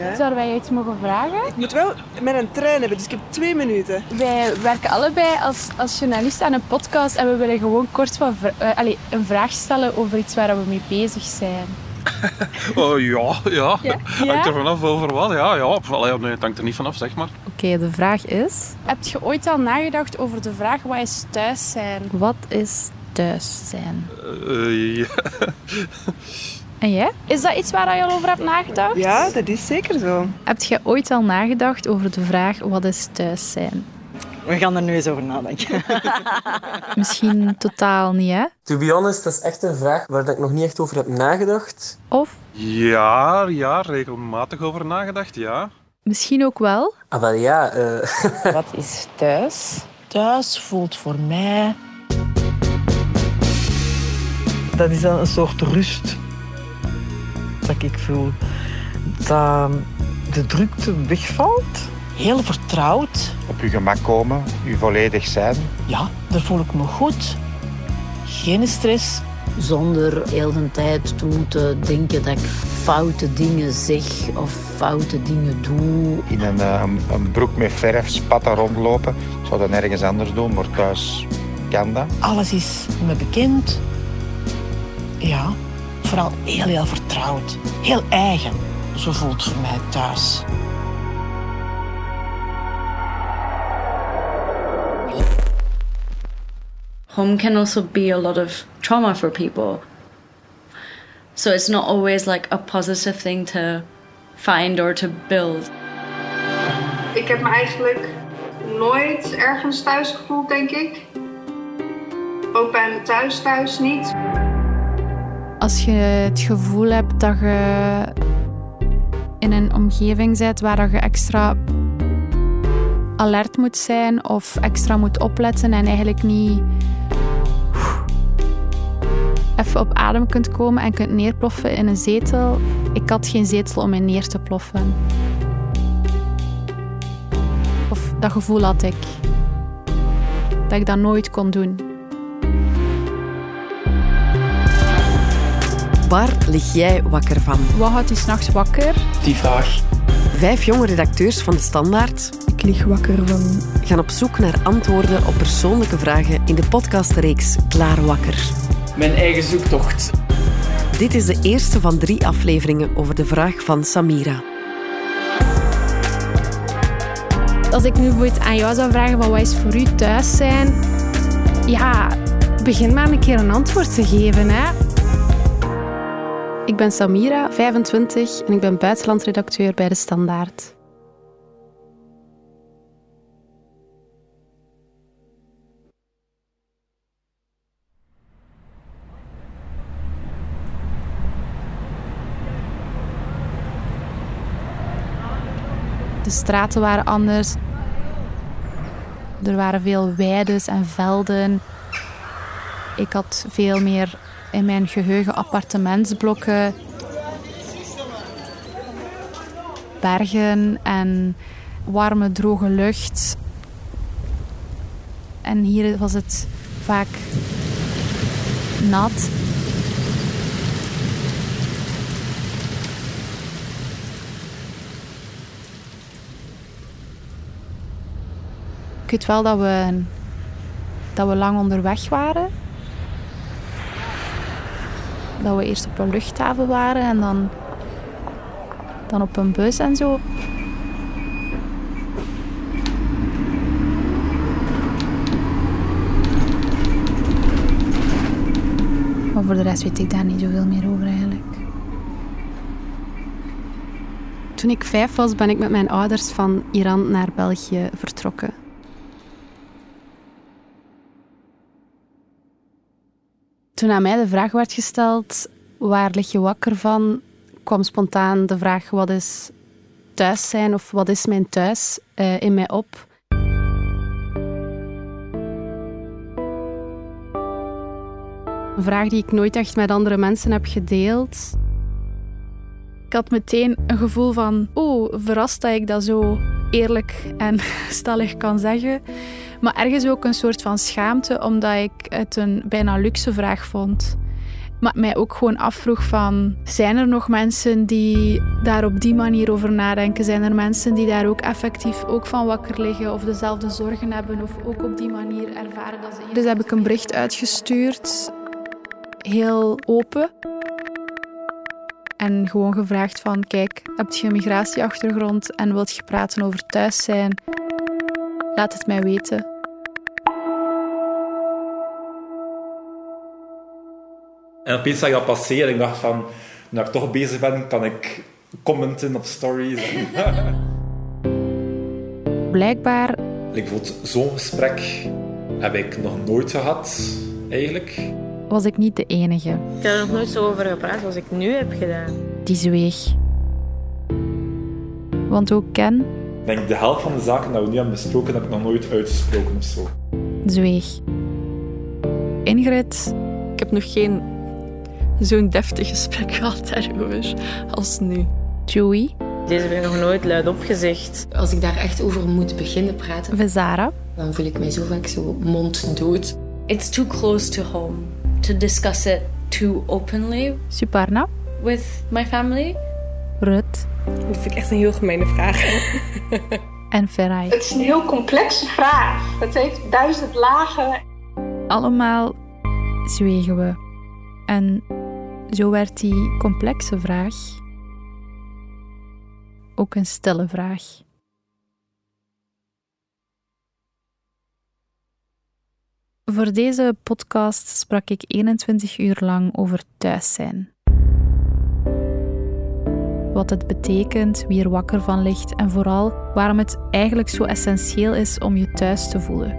Ja. Zouden wij je iets mogen vragen? Ik moet wel met een trein hebben, dus ik heb 2 minuten. Wij werken allebei als journalist aan een podcast en we willen gewoon kort een vraag stellen over iets waar we mee bezig zijn. Ja. Hangt er vanaf over wat? Ja. Nee, het hangt er niet vanaf, zeg maar. Oké, de vraag is... Heb je ooit al nagedacht over de vraag wat is thuis zijn? Wat is thuis zijn? Ja. En jij? Is dat iets waar je al over hebt nagedacht? Ja, dat is zeker zo. Heb je ooit al nagedacht over de vraag wat is thuis zijn? We gaan er nu eens over nadenken. Misschien totaal niet, hè? To be honest, dat is echt een vraag waar ik nog niet echt over heb nagedacht. Of Ja, regelmatig over nagedacht, ja. misschien ook wel? Ah, wel ja. Wat is thuis? Thuis voelt voor mij... Dat is dan een soort rust dat ik voel. Dat de drukte wegvalt. Heel vertrouwd. Op je gemak komen, je volledig zijn. Ja, daar voel ik me goed. Geen stress. Zonder heel de tijd toe te denken dat ik foute dingen zeg of foute dingen doe. In een broek met verf, spatten rondlopen. Ik zou dat nergens anders doen, maar thuis kan dat. Alles is me bekend. Ja, vooral heel vertrouwd. Heel eigen. Zo voelt voor mij thuis. Home can also be a lot of trauma for people. So it's not always like a positive thing to find or to build. Ik heb me eigenlijk nooit ergens thuis gevoeld, denk ik. Ook bij me thuis niet. Als je het gevoel hebt dat je in een omgeving bent waar je extra alert moet zijn of extra moet opletten en eigenlijk niet even op adem kunt komen en kunt neerploffen in een zetel. Ik had geen zetel om in neer te ploffen. Of dat gevoel had ik. Dat ik dat nooit kon doen. Waar lig jij wakker van? Wat houdt je 's nachts wakker? Die vraag. 5 jonge redacteurs van De Standaard Ik lig wakker van... gaan op zoek naar antwoorden op persoonlijke vragen in de podcastreeks Klaar Wakker. Mijn eigen zoektocht. Dit is de eerste van 3 afleveringen over de vraag van Samira. Als ik nu bijvoorbeeld aan jou zou vragen wat is voor u thuis zijn, ja, begin maar een keer een antwoord te geven, hè. Ik ben Samira, 25 en ik ben buitenlandredacteur bij De Standaard. De straten waren anders. Er waren veel weides en velden. Ik had veel meer in mijn geheugen appartementsblokken, bergen en warme, droge lucht. En hier was het vaak nat. Ik weet wel dat we lang onderweg waren. Dat we eerst op een luchthaven waren en dan op een bus en zo. Maar voor de rest weet ik daar niet zoveel meer over eigenlijk. Toen ik 5 was, ben ik met mijn ouders van Iran naar België vertrokken. Toen aan mij de vraag werd gesteld, waar lig je wakker van, kwam spontaan de vraag, wat is thuis zijn of wat is mijn thuis in mij op. Een vraag die ik nooit echt met andere mensen heb gedeeld. Ik had meteen een gevoel van, verrast dat ik dat zo eerlijk en stellig kan zeggen. Maar ergens ook een soort van schaamte, omdat ik het een bijna luxe vraag vond. Maar mij ook gewoon afvroeg van, zijn er nog mensen die daar op die manier over nadenken? Zijn er mensen die daar ook effectief ook van wakker liggen of dezelfde zorgen hebben of ook op die manier ervaren dat ze... Dus heb ik een bericht uitgestuurd, heel open. En gewoon gevraagd van, kijk, heb je een migratieachtergrond en wilt je praten over thuis zijn? Laat het mij weten. En opeens zag je dat passeren en ik dacht van, nu ik toch bezig ben, kan ik commenten op stories. Blijkbaar... Bijvoorbeeld zo'n gesprek heb ik nog nooit gehad, eigenlijk. Was ik niet de enige. Ik heb er nog nooit zo over gepraat zoals ik nu heb gedaan. Die zweeg. Want ook Ken... Ik denk de helft van de zaken die we nu hebben besproken, heb ik nog nooit uitgesproken of zo. Zweeg. Ingrid... Ik heb nog geen zo'n deftig gesprek gehad daarover als nu. Joey. Deze heb ik nog nooit luidop gezegd. Als ik daar echt over moet beginnen praten... Vezara. Dan voel ik mij zo vaak zo monddood. It's too close to home to discuss it too openly. Suparna. With my family. Rut. Dat vind ik echt een heel gemene vraag. En Ferai. Het is een heel complexe vraag. Het heeft 1000 lagen. Allemaal zwegen we. En zo werd die complexe vraag ook een stille vraag. Voor deze podcast sprak ik 21 uur lang over thuis zijn. Wat het betekent, wie er wakker van ligt en vooral waarom het eigenlijk zo essentieel is om je thuis te voelen.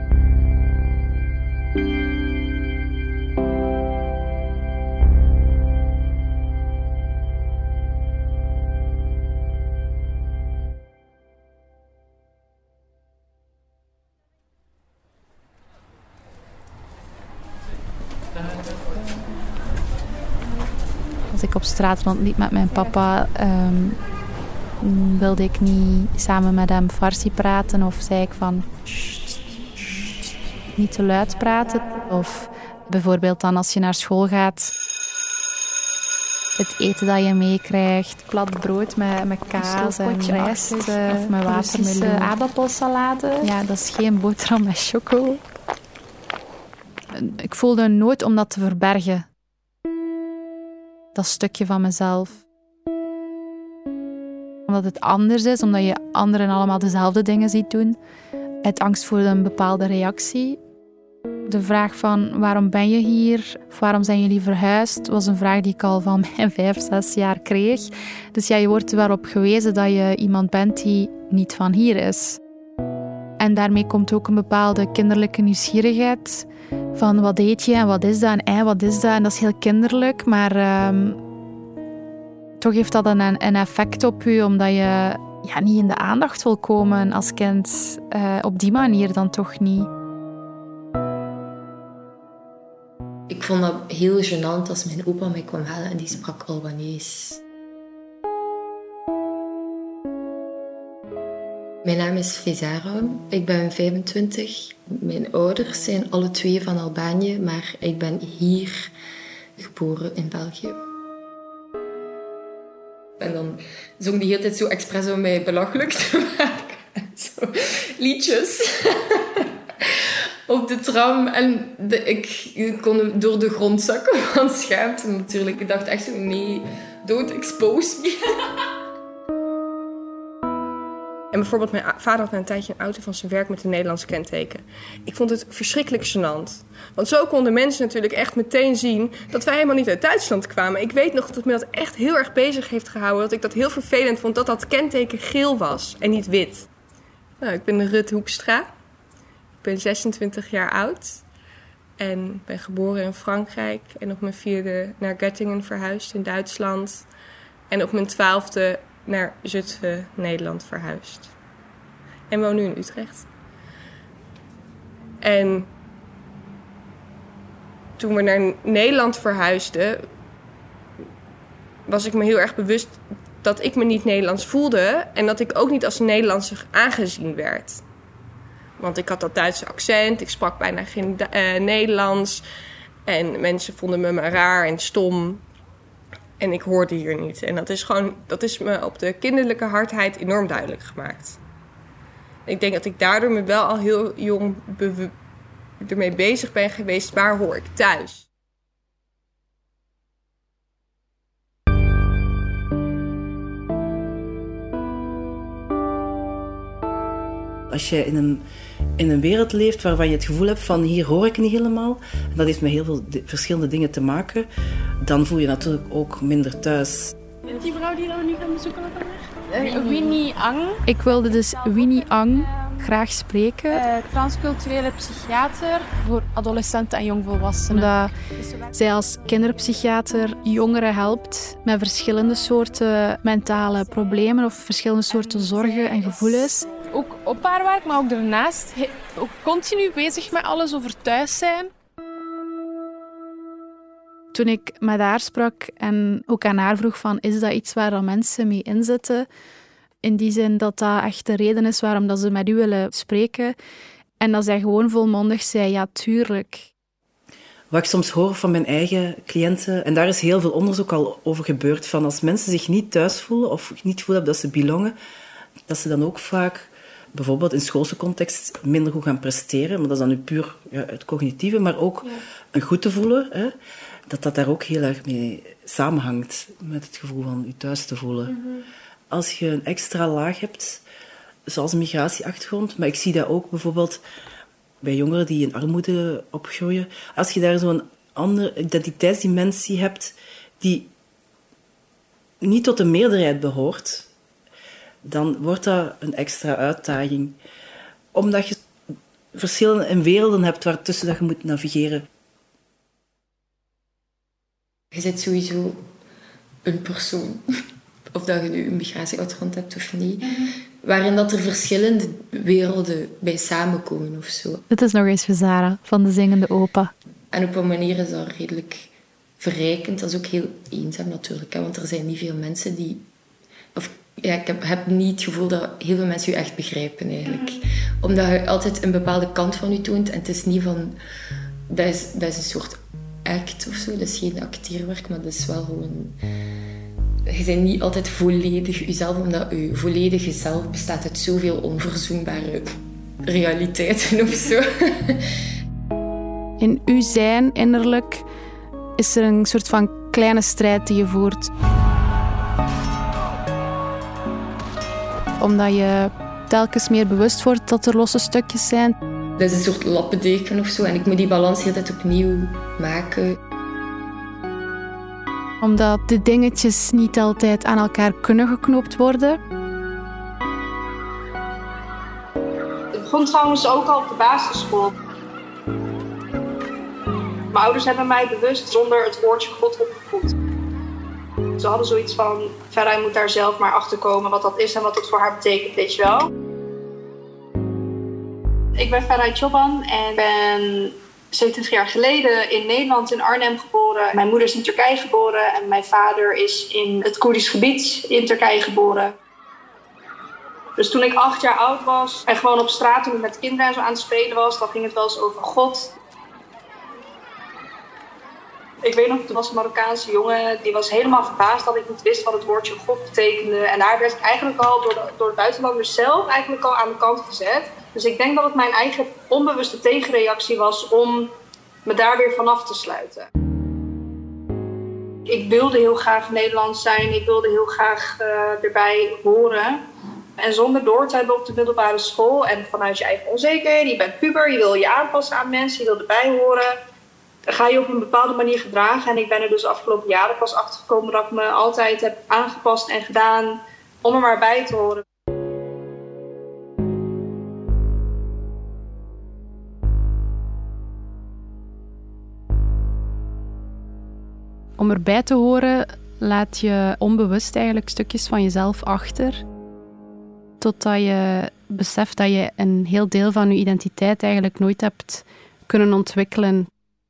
Als ik op straat rondliep met mijn papa, wilde ik niet samen met hem Farsi praten of zei ik van niet te luid praten. Of bijvoorbeeld dan als je naar school gaat, het eten dat je meekrijgt, plat brood met kaas en rijst of met watermeloen. Aardappelsalade. Ja, dat is geen boterham met choco. Ik voelde een nood om dat te verbergen. Dat stukje van mezelf. Omdat het anders is, omdat je anderen allemaal dezelfde dingen ziet doen. Uit angst voor een bepaalde reactie. De vraag van waarom ben je hier? Of waarom zijn jullie verhuisd? Was een vraag die ik al van mijn 5-6 jaar kreeg. Dus ja, je wordt erop gewezen dat je iemand bent die niet van hier is. En daarmee komt ook een bepaalde kinderlijke nieuwsgierigheid. Van wat eet je en wat is dat en wat is dat? En dat is heel kinderlijk, maar toch heeft dat een effect op je, omdat je niet in de aandacht wil komen als kind. Op die manier dan toch niet. Ik vond dat heel gênant als mijn opa mij kwam halen en die sprak Albanees. Mijn naam is Vezara, ik ben 25. Mijn ouders zijn alle twee van Albanië, maar ik ben hier geboren in België. En dan zong die hele tijd zo expres om mij belachelijk te maken. Zo liedjes op de tram. En ik kon door de grond zakken van schaamte natuurlijk. Ik dacht echt zo, nee, don't expose me. En bijvoorbeeld, mijn vader had na een tijdje een auto van zijn werk met een Nederlands kenteken. Ik vond het verschrikkelijk gênant. Want zo konden mensen natuurlijk echt meteen zien dat wij helemaal niet uit Duitsland kwamen. Ik weet nog dat me dat echt heel erg bezig heeft gehouden. Dat ik dat heel vervelend vond dat dat kenteken geel was en niet wit. Nou, ik ben Rut Hoekstra. Ik ben 26 jaar oud. En ben geboren in Frankrijk. En op mijn 4e naar Göttingen verhuisd in Duitsland. En op mijn 12e... naar Zutphen, Nederland verhuisd. En woon nu in Utrecht. En toen we naar Nederland verhuisden, was ik me heel erg bewust dat ik me niet Nederlands voelde en dat ik ook niet als een Nederlandser aangezien werd. Want ik had dat Duitse accent, ik sprak bijna geen Nederlands. En mensen vonden me maar raar en stom. En ik hoorde hier niet. En dat is me op de kinderlijke hardheid enorm duidelijk gemaakt. Ik denk dat ik daardoor me wel al heel jong ermee bezig ben geweest. Waar hoor ik thuis? Als je in een wereld leeft waarvan je het gevoel hebt van hier hoor ik niet helemaal, en dat heeft met heel veel verschillende dingen te maken, dan voel je natuurlijk ook minder thuis. En die vrouw die nou niet gaan bezoeken wat dan Winnie Ang. Ik wilde dus Winnie Ang graag spreken. Transculturele psychiater voor adolescenten en jongvolwassenen. Omdat zij als kinderpsychiater jongeren helpt met verschillende soorten mentale problemen of verschillende soorten zorgen en gevoelens. Ook op haar werk, maar ook daarnaast ook continu bezig met alles over thuis zijn. Toen ik met haar sprak en ook aan haar vroeg van, is dat iets waar dan mensen mee inzitten? In die zin dat dat echt de reden is waarom dat ze met u willen spreken. En dat zij gewoon volmondig zei, ja, tuurlijk. Wat ik soms hoor van mijn eigen cliënten, en daar is heel veel onderzoek al over gebeurd, van als mensen zich niet thuis voelen of niet voelen dat ze belongen, dat ze dan ook vaak, bijvoorbeeld in schoolse context, minder goed gaan presteren. Maar dat is dan nu puur het cognitieve, maar ook een goed te voelen. Hè, dat daar ook heel erg mee samenhangt met het gevoel van je thuis te voelen. Mm-hmm. Als je een extra laag hebt, zoals een migratieachtergrond, maar ik zie dat ook bijvoorbeeld bij jongeren die in armoede opgroeien. Als je daar zo'n andere identiteitsdimensie hebt die niet tot de meerderheid behoort, dan wordt dat een extra uitdaging. Omdat je verschillende werelden hebt waartussen dat je moet navigeren. Je bent sowieso een persoon, of dat je nu een migratieachtergrond hebt of niet, waarin dat er verschillende werelden bij samenkomen of zo. Dit is nog eens voor Zara, van de Zingende Opa. En op een manier is dat redelijk verrijkend. Dat is ook heel eenzaam natuurlijk, hè, want er zijn niet veel mensen die... ik heb niet het gevoel dat heel veel mensen je echt begrijpen eigenlijk. Omdat je altijd een bepaalde kant van je toont en het is niet van... Dat is een soort act of zo, dat is geen acteerwerk, maar dat is wel gewoon... Je bent niet altijd volledig jezelf, omdat je volledige zelf bestaat uit zoveel onverzoenbare realiteiten of zo. In uw zijn, innerlijk, is er een soort van kleine strijd die je voert. Omdat je telkens meer bewust wordt dat er losse stukjes zijn. Dat is een soort lappendeken of zo en ik moet die balans de hele tijd opnieuw maken. Omdat de dingetjes niet altijd aan elkaar kunnen geknoopt worden. Het begon trouwens ook al op de basisschool. Mijn ouders hebben mij bewust zonder het woordje God opgevoed. Ze hadden zoiets van, Farah moet daar zelf maar achter komen wat dat is en wat het voor haar betekent, weet je wel. Ik ben Farah Çoban en ben 27 jaar geleden in Nederland, in Arnhem geboren. Mijn moeder is in Turkije geboren en mijn vader is in het Koerdisch gebied in Turkije geboren. Dus toen ik 8 jaar oud was en gewoon op straat toen ik met kinderen en zo aan het spelen was, dan ging het wel eens over God. Ik weet nog, er was een Marokkaanse jongen, die was helemaal verbaasd dat ik niet wist wat het woordje God betekende. En daar werd ik eigenlijk al door de buitenlanders zelf eigenlijk al aan de kant gezet. Dus ik denk dat het mijn eigen onbewuste tegenreactie was om me daar weer vanaf te sluiten. Ik wilde heel graag Nederlands zijn, ik wilde heel graag erbij horen. En zonder door te hebben op de middelbare school en vanuit je eigen onzekerheid, je bent puber, je wil je aanpassen aan mensen, je wil erbij horen. Dan ga je op een bepaalde manier gedragen. En ik ben er dus de afgelopen jaren pas achter gekomen dat ik me altijd heb aangepast en gedaan om er maar bij te horen. Om erbij te horen laat je onbewust eigenlijk stukjes van jezelf achter. Totdat je beseft dat je een heel deel van je identiteit eigenlijk nooit hebt kunnen ontwikkelen.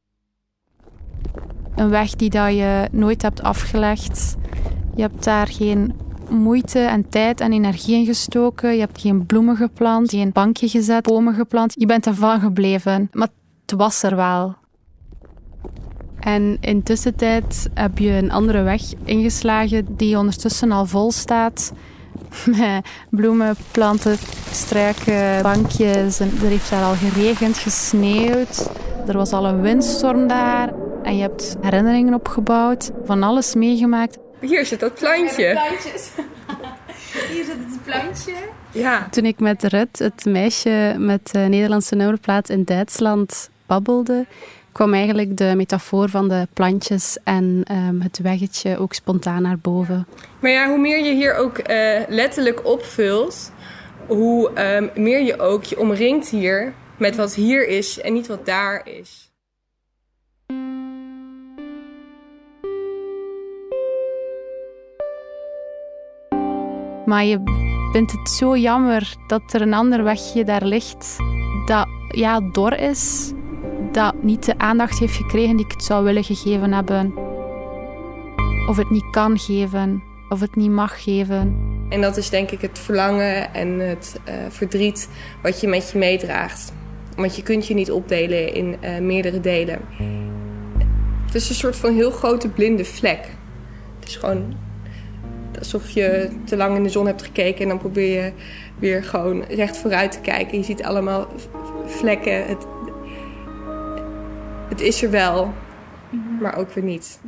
Een weg die dat je nooit hebt afgelegd. Je hebt daar geen moeite en tijd en energie in gestoken. Je hebt geen bloemen geplant, geen bankje gezet, bomen geplant. Je bent ervan gebleven, maar het was er wel. En in tussentijd heb je een andere weg ingeslagen die ondertussen al vol staat. Met bloemen, planten, struiken, bankjes. En er heeft daar al geregend, gesneeuwd. Er was al een windstorm daar. En je hebt herinneringen opgebouwd, van alles meegemaakt. Hier zit dat plantje. Ja, plantjes. Hier zit het plantje. Ja. Toen ik met Rut, het meisje met de Nederlandse nummerplaat in Duitsland, babbelde, kwam eigenlijk de metafoor van de plantjes en het weggetje ook spontaan naar boven. Maar ja, hoe meer je hier ook letterlijk opvult, hoe meer je ook je omringt hier met wat hier is en niet wat daar is. Maar je vindt het zo jammer dat er een ander wegje daar ligt dat dor is, dat niet de aandacht heeft gekregen die ik het zou willen gegeven hebben. Of het niet kan geven, of het niet mag geven. En dat is denk ik het verlangen en het verdriet wat je met je meedraagt. Want je kunt je niet opdelen in meerdere delen. Het is een soort van heel grote blinde vlek. Het is gewoon alsof je te lang in de zon hebt gekeken en dan probeer je weer gewoon recht vooruit te kijken. Je ziet allemaal vlekken. Het is er wel, maar ook weer niet.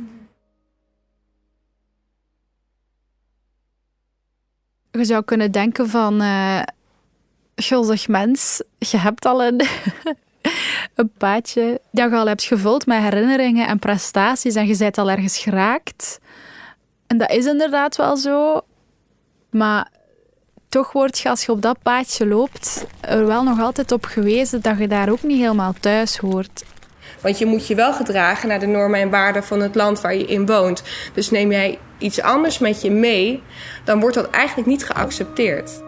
Je zou kunnen denken van, gulzig mens, je hebt al een paadje dat je al hebt gevuld met herinneringen en prestaties en je bent al ergens geraakt. En dat is inderdaad wel zo, maar toch word je, als je op dat paadje loopt, er wel nog altijd op gewezen dat je daar ook niet helemaal thuis hoort. Want je moet je wel gedragen naar de normen en waarden van het land waar je in woont. Dus neem jij iets anders met je mee, dan wordt dat eigenlijk niet geaccepteerd.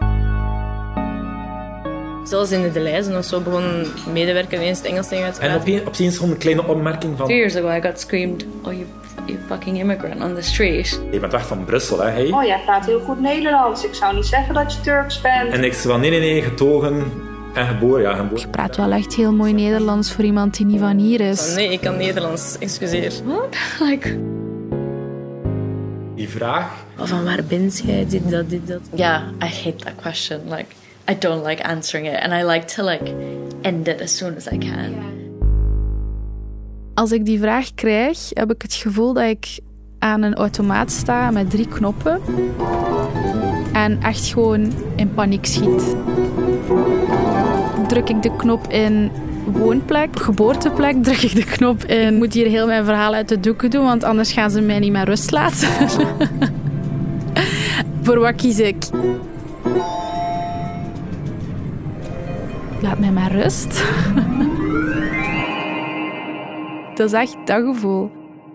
Zelfs in de lijsten of zo begon een medewerker ineens het Engels tegen te praten. En opeens gewoon een kleine opmerking van... 2 years ago I got screamed, oh you fucking immigrant on the street. Je bent weg van Brussel, hè? Hey? Oh, jij praat heel goed Nederlands. Ik zou niet zeggen dat je Turks bent. En ik zei van nee, getogen en geboren. Ja, geboren. Je praat wel echt heel mooi Nederlands voor iemand die niet van hier is. Nee, ik kan Nederlands, excuseer. What? Like... Die vraag... Van waar ben jij, dit, dat. Yeah, I hate that question. Like, I don't like answering it. And I like to end it as soon as I can. Als ik die vraag krijg, heb ik het gevoel dat ik aan een automaat sta met 3 knoppen en echt gewoon in paniek schiet. Druk ik de knop in woonplek, geboorteplek, druk ik de knop in... Ik moet hier heel mijn verhaal uit de doeken doen, want anders gaan ze mij niet meer rust laten. Voor wat kies ik? Laat mij maar rust. Dat is echt dat gevoel.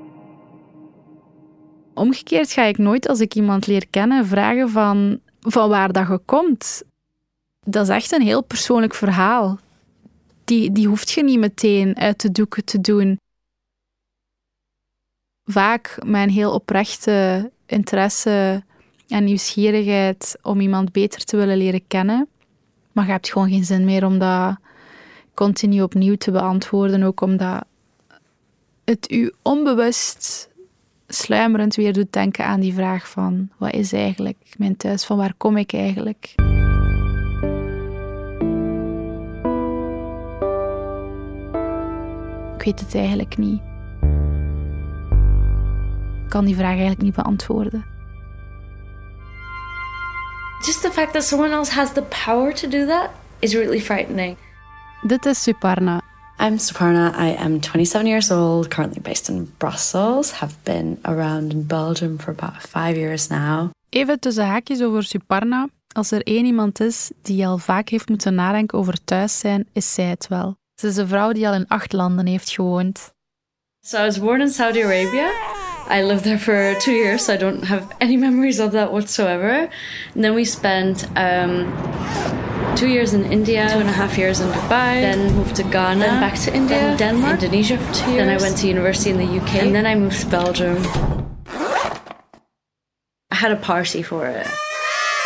Omgekeerd ga ik nooit, als ik iemand leer kennen, vragen van waar dat je komt. Dat is echt een heel persoonlijk verhaal. Die hoeft je niet meteen uit de doeken te doen. Vaak met een heel oprechte interesse en nieuwsgierigheid om iemand beter te willen leren kennen. Maar je hebt gewoon geen zin meer om dat continu opnieuw te beantwoorden. Ook omdat het u onbewust sluimerend weer doet denken aan die vraag van... Wat is eigenlijk mijn thuis? Van waar kom ik eigenlijk? Ik weet het eigenlijk niet. Ik kan die vraag eigenlijk niet beantwoorden. Just the fact that someone else has the power to do that is really frightening. Dit is Suparna. I'm Suparna. I am 27 years old, currently based in Brussels. Have been around in Belgium for about 5 years now. Even tussen haakjes over Suparna. Als er één iemand is die al vaak heeft moeten nadenken over thuis zijn, is zij het wel. Ze is een vrouw die al in 8 landen heeft gewoond. So I was born in Saudi Arabia. I lived there for 2 years, so I don't have any memories of that whatsoever. And then we spent 2 years in India, 2.5 years in Dubai, then moved to Ghana, then back to India, then Denmark, Indonesia for 2 years. Then I went to university in the UK, and then I moved to Belgium. I had a party for it.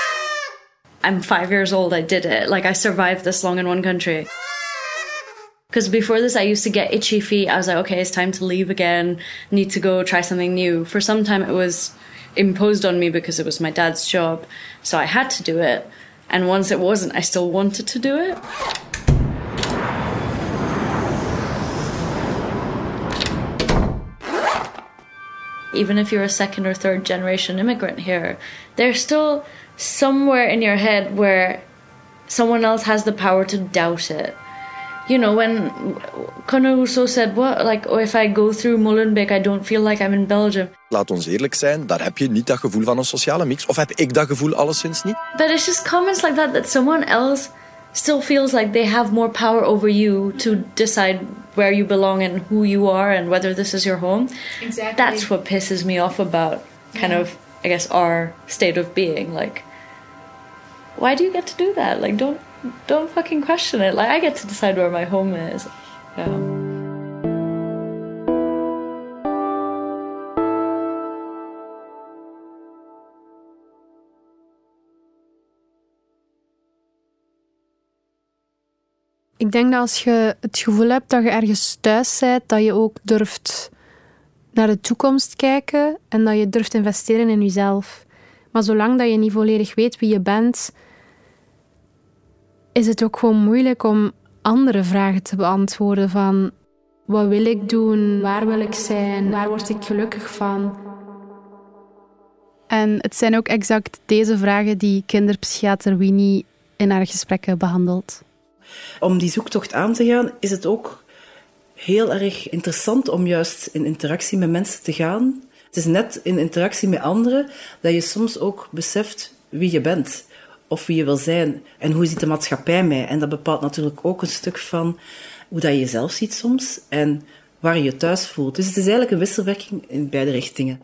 I'm 5 years old, I did it. Like, I survived this long in one country. Because before this, I used to get itchy feet. I was like, okay, it's time to leave again. Need to go try something new. For some time, it was imposed on me because it was my dad's job. So I had to do it. And once it wasn't, I still wanted to do it. Even if you're a second or third generation immigrant here, there's still somewhere in your head where someone else has the power to doubt it. You know, when Conor Rousseau said, "What? Like, oh, if I go through Molenbeek, I don't feel like I'm in Belgium." Laat ons eerlijk zijn, daar heb je niet dat gevoel van een sociale mix. Of heb ik dat gevoel alleszins niet? But it's just comments like that someone else still feels like they have more power over you to decide where you belong and who you are and whether this is your home. Exactly. That's what pisses me off about kind of, I guess, our state of being. Like, why do you get to do that? Like, don't fucking question it. Like, I get to decide where my home is. Yeah. Ik denk dat als je het gevoel hebt dat je ergens thuis bent, dat je ook durft naar de toekomst kijken en dat je durft investeren in jezelf. Maar zolang dat je niet volledig weet wie je bent, is het ook gewoon moeilijk om andere vragen te beantwoorden van wat wil ik doen, waar wil ik zijn, waar word ik gelukkig van. En het zijn ook exact deze vragen die kinderpsychiater Winnie in haar gesprekken behandelt. Om die zoektocht aan te gaan, is het ook heel erg interessant om juist in interactie met mensen te gaan. Het is net in interactie met anderen dat je soms ook beseft wie je bent of wie je wil zijn en hoe ziet de maatschappij mij. En dat bepaalt natuurlijk ook een stuk van hoe dat je jezelf ziet soms en waar je je thuis voelt. Dus het is eigenlijk een wisselwerking in beide richtingen.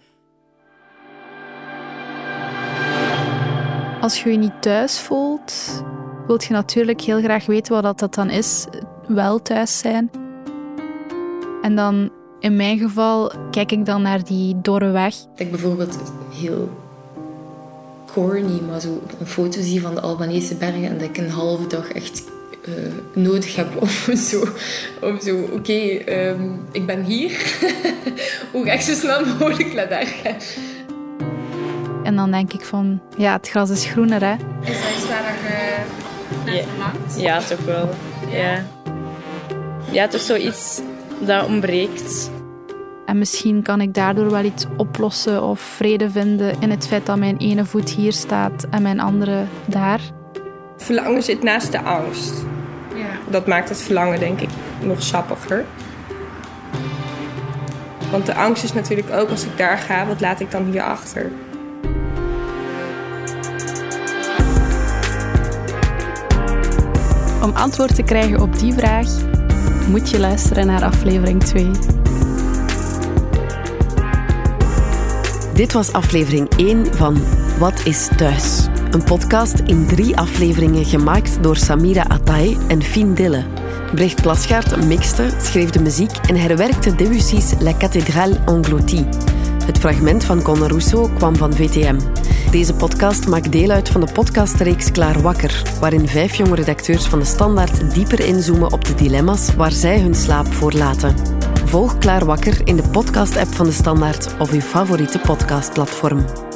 Als je je niet thuis voelt, wil je natuurlijk heel graag weten wat dat dan is, wel thuis zijn. En dan, in mijn geval, kijk ik dan naar die dorre weg. Dat ik bijvoorbeeld heel corny, maar zo een foto zie van de Albanese bergen en dat ik een halve dag echt nodig heb om zo oké, ik ben hier. Hoe ga ik zo snel mogelijk naar daar gaan? En dan denk ik van, ja, het gras is groener, hè. Is dat iets waar je naar verlangt? Ja, toch wel. Ja, toch zoiets dat ontbreekt. En misschien kan ik daardoor wel iets oplossen of vrede vinden in het feit dat mijn ene voet hier staat en mijn andere daar. Verlangen zit naast de angst. Ja. Dat maakt het verlangen, denk ik, nog sappiger. Want de angst is natuurlijk ook, als ik daar ga, wat laat ik dan hier achter? Om antwoord te krijgen op die vraag moet je luisteren naar aflevering 2. Dit was aflevering 1 van Wat is thuis? Een podcast in 3 afleveringen gemaakt door Samira Atay en Fien Dille. Brecht Plasgaard mixte, schreef de muziek en herwerkte Debussy's La Cathédrale Engloutie. Het fragment van Conor Rousseau kwam van VTM. Deze podcast maakt deel uit van de podcastreeks Klaar Wakker, waarin 5 jonge redacteurs van de Standaard dieper inzoomen op de dilemma's waar zij hun slaap voor laten. Volg Klaar Wakker in de podcast-app van de Standaard of uw favoriete podcastplatform.